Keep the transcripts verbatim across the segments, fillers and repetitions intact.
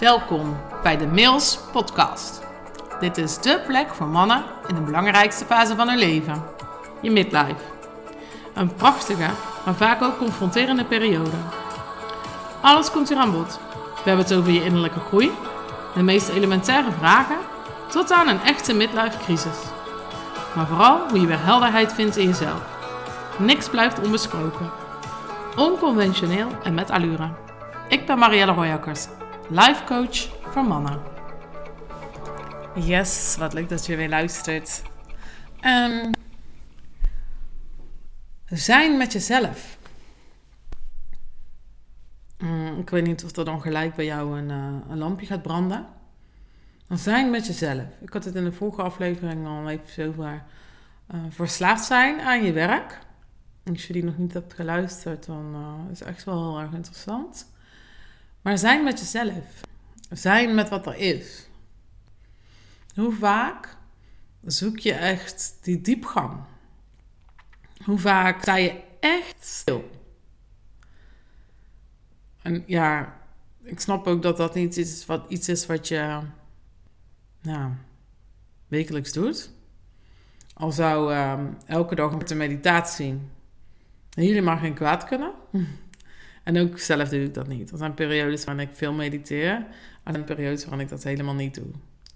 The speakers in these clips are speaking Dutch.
Welkom bij de Mails Podcast. Dit is dé plek voor mannen in de belangrijkste fase van hun leven. Je midlife. Een prachtige, maar vaak ook confronterende periode. Alles komt hier aan bod. We hebben het over je innerlijke groei, de meest elementaire vragen, tot aan een echte midlife crisis. Maar vooral hoe je weer helderheid vindt in jezelf. Niks blijft onbesproken. Onconventioneel en met allure. Ik ben Marielle Royakkers, life coach voor mannen. Yes, wat leuk dat je weer luistert. Um, zijn met jezelf. Um, ik weet niet of er dan gelijk bij jou een, uh, een lampje gaat branden. Zijn met jezelf. Ik had het in de vorige aflevering al even over uh, verslaafd zijn aan je werk. Als je die nog niet hebt geluisterd, dan uh, is het echt wel heel erg interessant. Maar zijn met jezelf. Zijn met wat er is. Hoe vaak zoek je echt die diepgang? Hoe vaak sta je echt stil? En ja, ik snap ook dat dat niet iets is wat, iets is wat je nou, wekelijks doet. Al zou uh, elke dag met de meditatie helemaal geen kwaad kunnen. En ook zelf doe ik dat niet. Er zijn periodes waarin ik veel mediteer. En periodes waarin ik dat helemaal niet doe.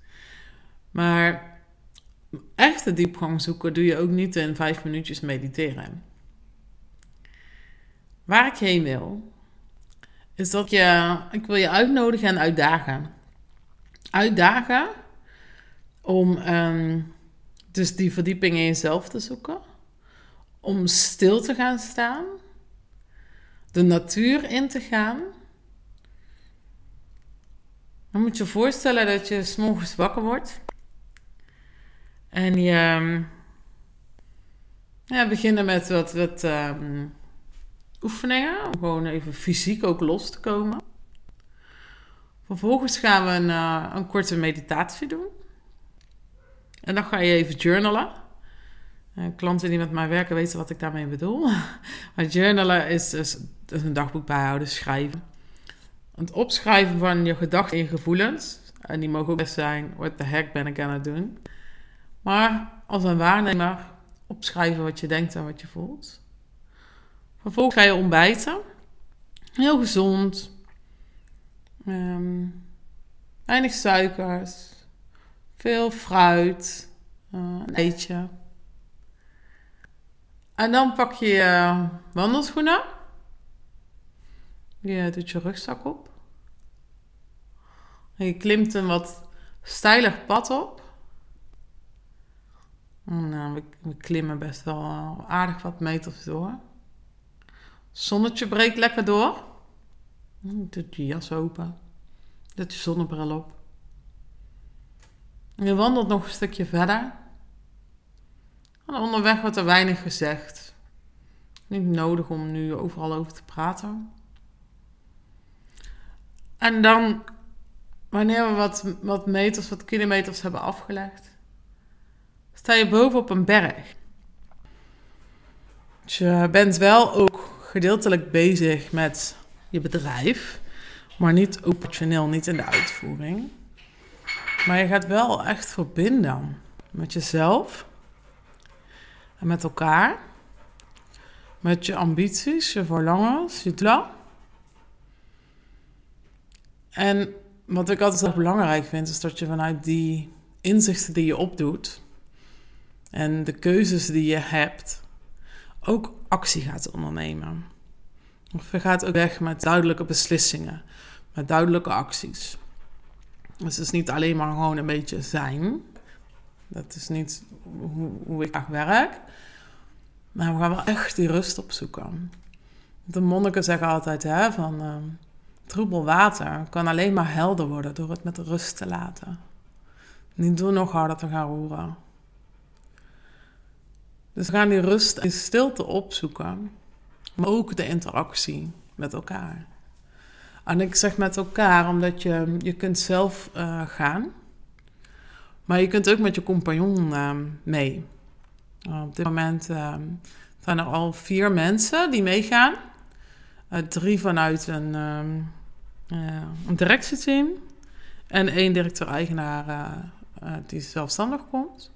Maar echte diepgang zoeken doe je ook niet in vijf minuutjes mediteren. Waar ik heen wil, is dat je, ik wil je uitnodigen en uitdagen. Uitdagen om um, dus die verdieping in jezelf te zoeken. Om stil te gaan staan. De natuur in te gaan. Dan moet je je voorstellen dat je 's morgens wakker wordt. En je ja, beginnen met wat, wat um, oefeningen. Om gewoon even fysiek ook los te komen. Vervolgens gaan we een, uh, een korte meditatie doen. En dan ga je even journalen. Uh, klanten die met mij werken weten wat ik daarmee bedoel. Maar journalen is dus, is een dagboek bijhouden, schrijven. Het opschrijven van je gedachten en je gevoelens. En die mogen ook best zijn, what the heck ben ik aan het doen? Maar als een waarnemer opschrijven wat je denkt en wat je voelt. Vervolgens ga je ontbijten. Heel gezond. Um, weinig suikers. Veel fruit. Uh, een eitje. En dan pak je je wandelschoenen. Je doet je rugzak op. En je klimt een wat steilig pad op. Nou, we, we klimmen best wel aardig wat meters door. Zonnetje breekt lekker door. Doet je jas open. Doet je zonnebril op. En je wandelt nog een stukje verder. En onderweg wordt er weinig gezegd. Niet nodig om nu overal over te praten. En dan, wanneer we wat, wat meters, wat kilometers hebben afgelegd, sta je boven op een berg. Dus je bent wel ook gedeeltelijk bezig met je bedrijf, maar niet operationeel, niet in de uitvoering. Maar je gaat wel echt verbinden met jezelf en met elkaar, met je ambities, je verlangens, je doelen. En wat ik altijd heel belangrijk vind, is dat je vanuit die inzichten die je opdoet en de keuzes die je hebt, ook actie gaat ondernemen. Of je gaat ook weg met duidelijke beslissingen, met duidelijke acties. Dus het is niet alleen maar gewoon een beetje zijn. Dat is niet hoe, hoe ik echt werk. Maar we gaan wel echt die rust opzoeken. De monniken zeggen altijd, hè, van uh, troebel water kan alleen maar helder worden door het met rust te laten. Niet door nog harder te gaan roeren. Dus we gaan die rust en stilte opzoeken. Maar ook de interactie met elkaar. En ik zeg met elkaar, omdat je, je kunt zelf uh, gaan. Maar je kunt ook met je compagnon uh, mee. Uh, op dit moment uh, zijn er al vier mensen die meegaan. Uh, drie vanuit een, uh, uh, een directieteam. En één directeur-eigenaar uh, uh, die zelfstandig komt.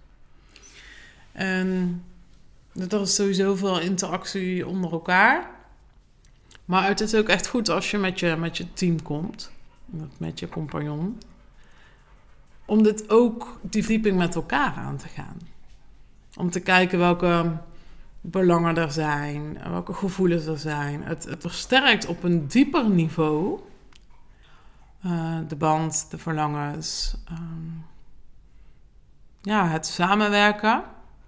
En er is sowieso veel interactie onder elkaar. Maar het is ook echt goed als je met je, met je team komt. Met je compagnon. Om dit ook, die verdieping met elkaar aan te gaan. Om te kijken welke belangen er zijn. Welke gevoelens er zijn. Het, het versterkt op een dieper niveau. Uh, de band, de verlangens. Um, ja, het samenwerken.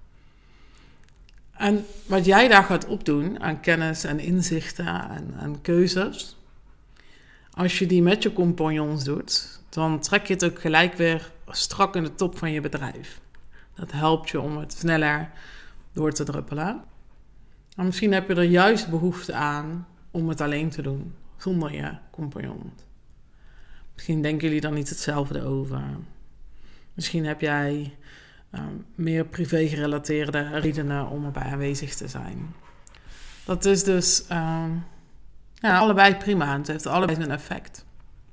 En wat jij daar gaat opdoen aan kennis en inzichten en, en keuzes. Als je die met je compagnons doet, dan trek je het ook gelijk weer strak in de top van je bedrijf. Dat helpt je om het sneller door te druppelen. Maar misschien heb je er juist behoefte aan om het alleen te doen, zonder je compagnon. Misschien denken jullie dan niet hetzelfde over. Misschien heb jij uh, meer privé-gerelateerde redenen om erbij aanwezig te zijn. Dat is dus uh, ja, allebei prima. Het heeft allebei een effect.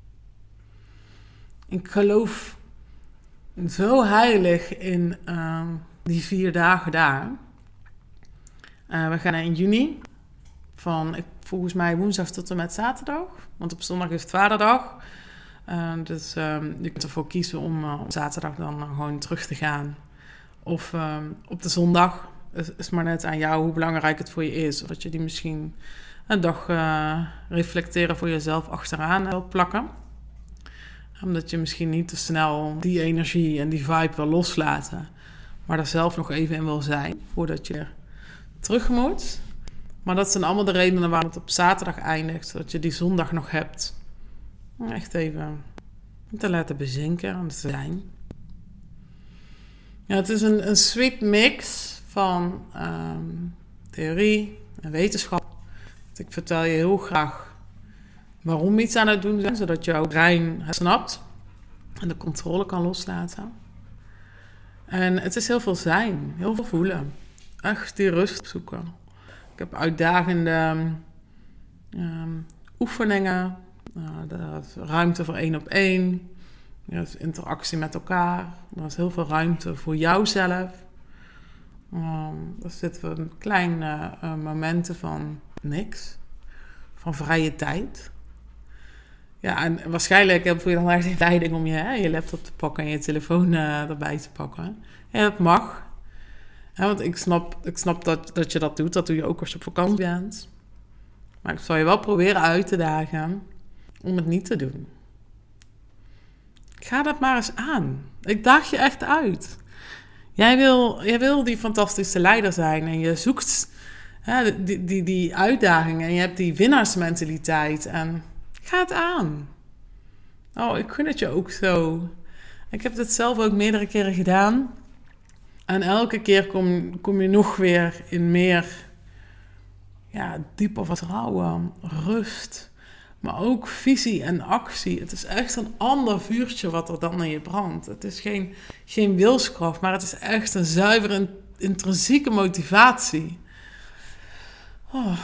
Ik geloof zo heilig in uh, die vier dagen daar. Uh, we gaan in juni van ik, volgens mij woensdag tot en met zaterdag. Want op zondag is het vaderdag. Uh, dus uh, je kunt ervoor kiezen om uh, op zaterdag dan uh, gewoon terug te gaan. Of uh, op de zondag. Het is, is maar net aan jou hoe belangrijk het voor je is. Of dat je die misschien een dag uh, reflecteren voor jezelf achteraan wilt plakken. Omdat je misschien niet te snel die energie en die vibe wil loslaten. Maar er zelf nog even in wil zijn voordat je terug moet. Maar dat zijn allemaal de redenen waarom het op zaterdag eindigt. Zodat je die zondag nog hebt. Echt even te laten bezinken en te zijn. Ja, het is een, een sweet mix van um, theorie en wetenschap. Ik vertel je heel graag waarom we iets aan het doen zijn. Zodat jouw brein het snapt en de controle kan loslaten. En het is heel veel zijn, heel veel voelen. Echt die rust zoeken. Ik heb uitdagende um, oefeningen. Uh, er is ruimte voor één op één. Er is interactie met elkaar. Er is heel veel ruimte voor jouzelf. Um, er zitten een kleine uh, momenten van niks. Van vrije tijd. Ja, en waarschijnlijk heb je dan echt de leiding om je, hè, je laptop te pakken en je telefoon uh, erbij te pakken. Ja, dat mag. Ja, want ik snap, ik snap dat, dat je dat doet. Dat doe je ook als je op vakantie bent. Maar ik zal je wel proberen uit te dagen om het niet te doen. Ga dat maar eens aan. Ik daag je echt uit. Jij wil, jij wil die fantastische leider zijn en je zoekt hè, die, die, die uitdaging en je hebt die winnaarsmentaliteit en ga het aan. Oh, ik gun het je ook zo. Ik heb dit zelf ook meerdere keren gedaan. En elke keer kom, kom je nog weer in meer ja, dieper vertrouwen, rust. Maar ook visie en actie. Het is echt een ander vuurtje wat er dan in je brandt. Het is geen, geen wilskracht, maar het is echt een zuivere intrinsieke motivatie. Oh.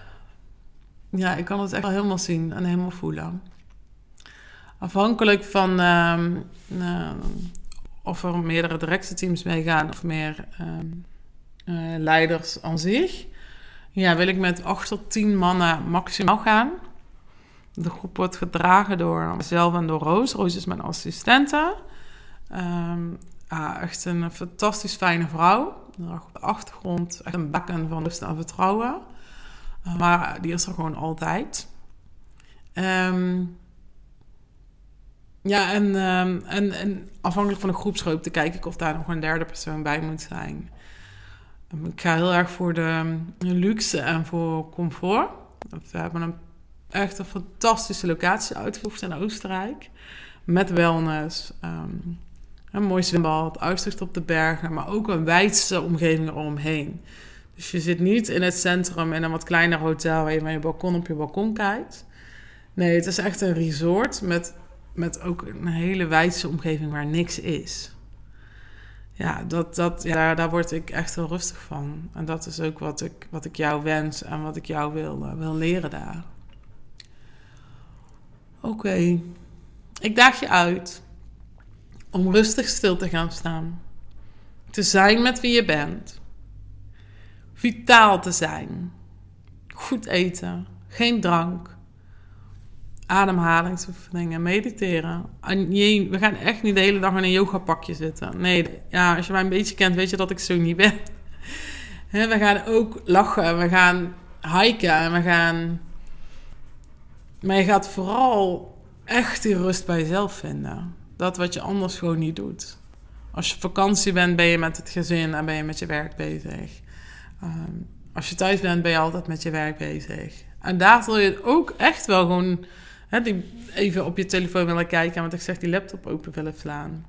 Ja, ik kan het echt wel helemaal zien en helemaal voelen. Afhankelijk van uh, uh, of er meerdere directieteams meegaan of meer uh, uh, leiders aan zich. Ja, wil ik met acht tot tien mannen maximaal gaan. De groep wordt gedragen door mezelf en door Roos. Roos is mijn assistente. Um, ah, echt een fantastisch fijne vrouw. Op de achtergrond echt een baken van rust en vertrouwen. Uh, maar die is er gewoon altijd. Um, ja, en, um, en, en afhankelijk van de groepsgrootte kijk ik of daar nog een derde persoon bij moet zijn. Um, ik ga heel erg voor de, de luxe en voor comfort. We hebben een echt een fantastische locatie uitgezocht in Oostenrijk. Met wellness, um, een mooi zwembad, uitzicht op de bergen, maar ook een wijdse omgeving eromheen. Dus je zit niet in het centrum in een wat kleiner hotel waar je van je balkon op je balkon kijkt. Nee, het is echt een resort met, met ook een hele wijdse omgeving waar niks is. Ja, dat, dat, ja daar, daar word ik echt heel rustig van. En dat is ook wat ik, wat ik jou wens en wat ik jou wil, uh, wil leren daar. Oké, okay. Ik daag je uit om rustig stil te gaan staan. Te zijn met wie je bent. Vitaal te zijn. Goed eten. Geen drank. Ademhalingsoefeningen. Mediteren. En je, we gaan echt niet de hele dag in een yogapakje zitten. Nee, ja, als je mij een beetje kent, weet je dat ik zo niet ben. He, we gaan ook lachen. We gaan hiken. En we gaan... Maar je gaat vooral echt die rust bij jezelf vinden. Dat wat je anders gewoon niet doet. Als je op vakantie bent, ben je met het gezin en ben je met je werk bezig. Um, als je thuis bent, ben je altijd met je werk bezig. En daar zul je ook echt wel gewoon hè, die, even op je telefoon willen kijken. Want ik zeg, die laptop open willen slaan.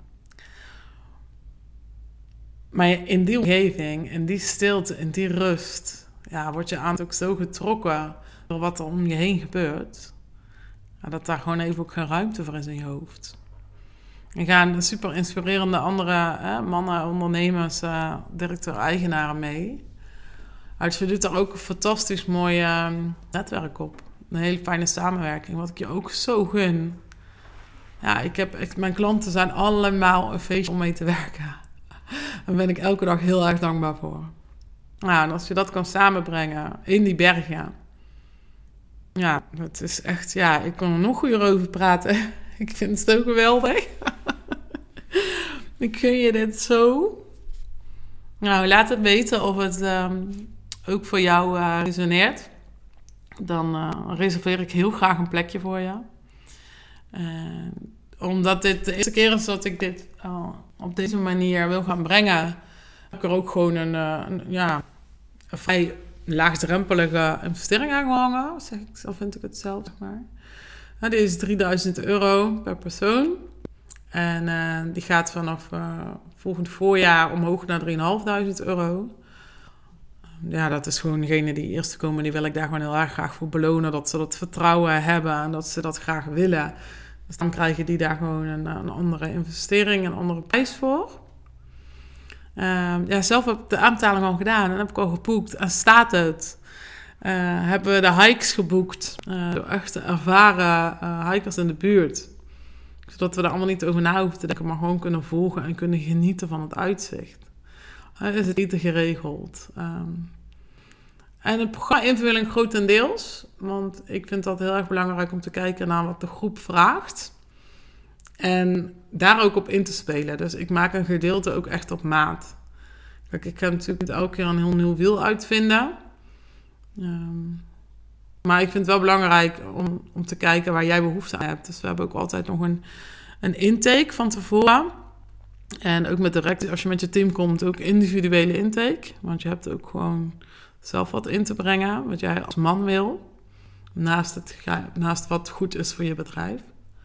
Maar in die omgeving, in die stilte, in die rust... Ja, word je aan ook zo getrokken door wat er om je heen gebeurt... Ja, dat daar gewoon even ook geen ruimte voor is in je hoofd. Er gaan super inspirerende andere hè, mannen, ondernemers, uh, directeur-eigenaren mee. Dus je doet daar ook een fantastisch mooi uh, netwerk op. Een hele fijne samenwerking, wat ik je ook zo gun. Ja, ik heb echt, mijn klanten zijn allemaal een feestje om mee te werken. Daar ben ik elke dag heel erg dankbaar voor. Nou, en als je dat kan samenbrengen in die bergen... Ja, het is echt... Ja, ik kan er nog uren over praten. Ik vind het zo geweldig. Ik gun je dit zo. Nou, laat het weten of het um, ook voor jou uh, resoneert. Dan uh, reserveer ik heel graag een plekje voor je. Uh, omdat dit de eerste keer is dat ik dit uh, op deze manier wil gaan brengen... heb ik er ook gewoon een, uh, een ja, een vrij... laagdrempelige investering aangehangen. Zeg ik, zelf vind ik het zelf, zeg maar. Nou, die is drieduizend euro per persoon. En uh, die gaat vanaf uh, volgend voorjaar omhoog naar drieduizend vijfhonderd euro. Ja, dat is gewoon degene die eerst komen. Die wil ik daar gewoon heel erg graag voor belonen. Dat ze dat vertrouwen hebben en dat ze dat graag willen. Dus dan krijgen die daar gewoon een, een andere investering, een andere prijs voor. Uh, ja, zelf heb ik de aanbetaling al gedaan en heb ik al geboekt. En staat het. Uh, hebben we de hikes geboekt. Uh, door echte ervaren uh, hikers in de buurt. Zodat we daar allemaal niet over na hoeven te denken. Maar gewoon kunnen volgen en kunnen genieten van het uitzicht. Uh, is het eten geregeld. Um, en het programma invulling grotendeels. Want ik vind dat heel erg belangrijk om te kijken naar wat de groep vraagt. En daar ook op in te spelen. Dus ik maak een gedeelte ook echt op maat. Kijk, ik ga natuurlijk niet elke keer een heel nieuw wiel uitvinden. Um, maar ik vind het wel belangrijk om, om te kijken waar jij behoefte aan hebt. Dus we hebben ook altijd nog een, een intake van tevoren. En ook met direct, als je met je team komt, ook individuele intake. Want je hebt ook gewoon zelf wat in te brengen, wat jij als man wil. Naast, het, naast wat goed is voor je bedrijf.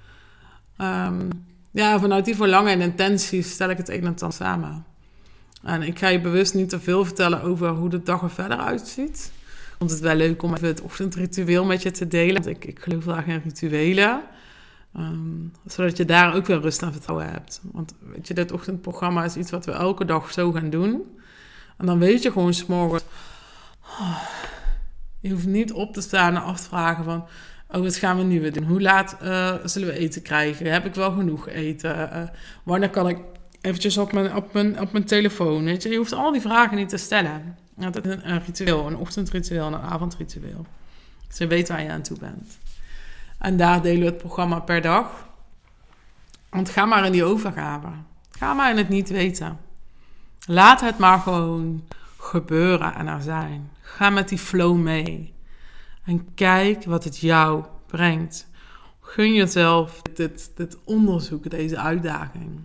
Um, ja, vanuit die verlangen en intenties stel ik het een en ander samen. En ik ga je bewust niet te veel vertellen over hoe de dag er verder uitziet. Ik vond het wel leuk om even het ochtendritueel met je te delen. Want ik, ik geloof wel in rituelen. Um, zodat je daar ook weer rust en vertrouwen hebt. Want weet je, dit ochtendprogramma is iets wat we elke dag zo gaan doen. En dan weet je gewoon 's morgens... Oh, je hoeft niet op te staan en af te vragen van... Oh, wat gaan we nu weer doen? Hoe laat uh, zullen we eten krijgen? Heb ik wel genoeg eten? Uh, wanneer kan ik eventjes op mijn, op mijn, op mijn telefoon? Weet je? Je hoeft al die vragen niet te stellen. Het is een, een ritueel, een ochtendritueel en een avondritueel. Dus je weet waar je aan toe bent. En daar delen we het programma per dag. Want ga maar in die overgave. Ga maar in het niet weten. Laat het maar gewoon gebeuren en er zijn. Ga met die flow mee. En kijk wat het jou brengt. Gun jezelf dit, dit onderzoek, deze uitdaging.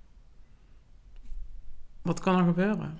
Wat kan er gebeuren?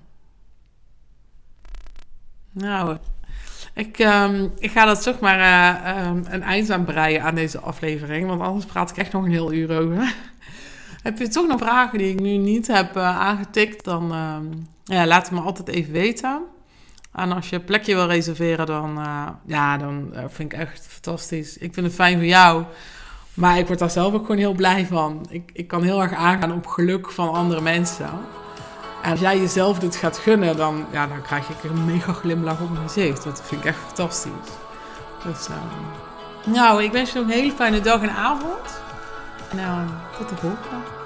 Nou, ik, um, ik ga dat toch maar uh, um, een eind aan breien aan deze aflevering. Want anders praat ik echt nog een heel uur over. Heb je toch nog vragen die ik nu niet heb uh, aangetikt? Dan uh, ja, laat het me altijd even weten. En als je een plekje wil reserveren, dan, uh, ja, dan uh, vind ik echt fantastisch. Ik vind het fijn voor jou. Maar ik word daar zelf ook gewoon heel blij van. Ik, ik kan heel erg aangaan op geluk van andere mensen. En als jij jezelf dit gaat gunnen, dan, ja, dan krijg ik een mega glimlach op mijn gezicht. Dat vind ik echt fantastisch. Dus, uh, nou, ik wens je nog een hele fijne dag en avond. Nou, tot de volgende.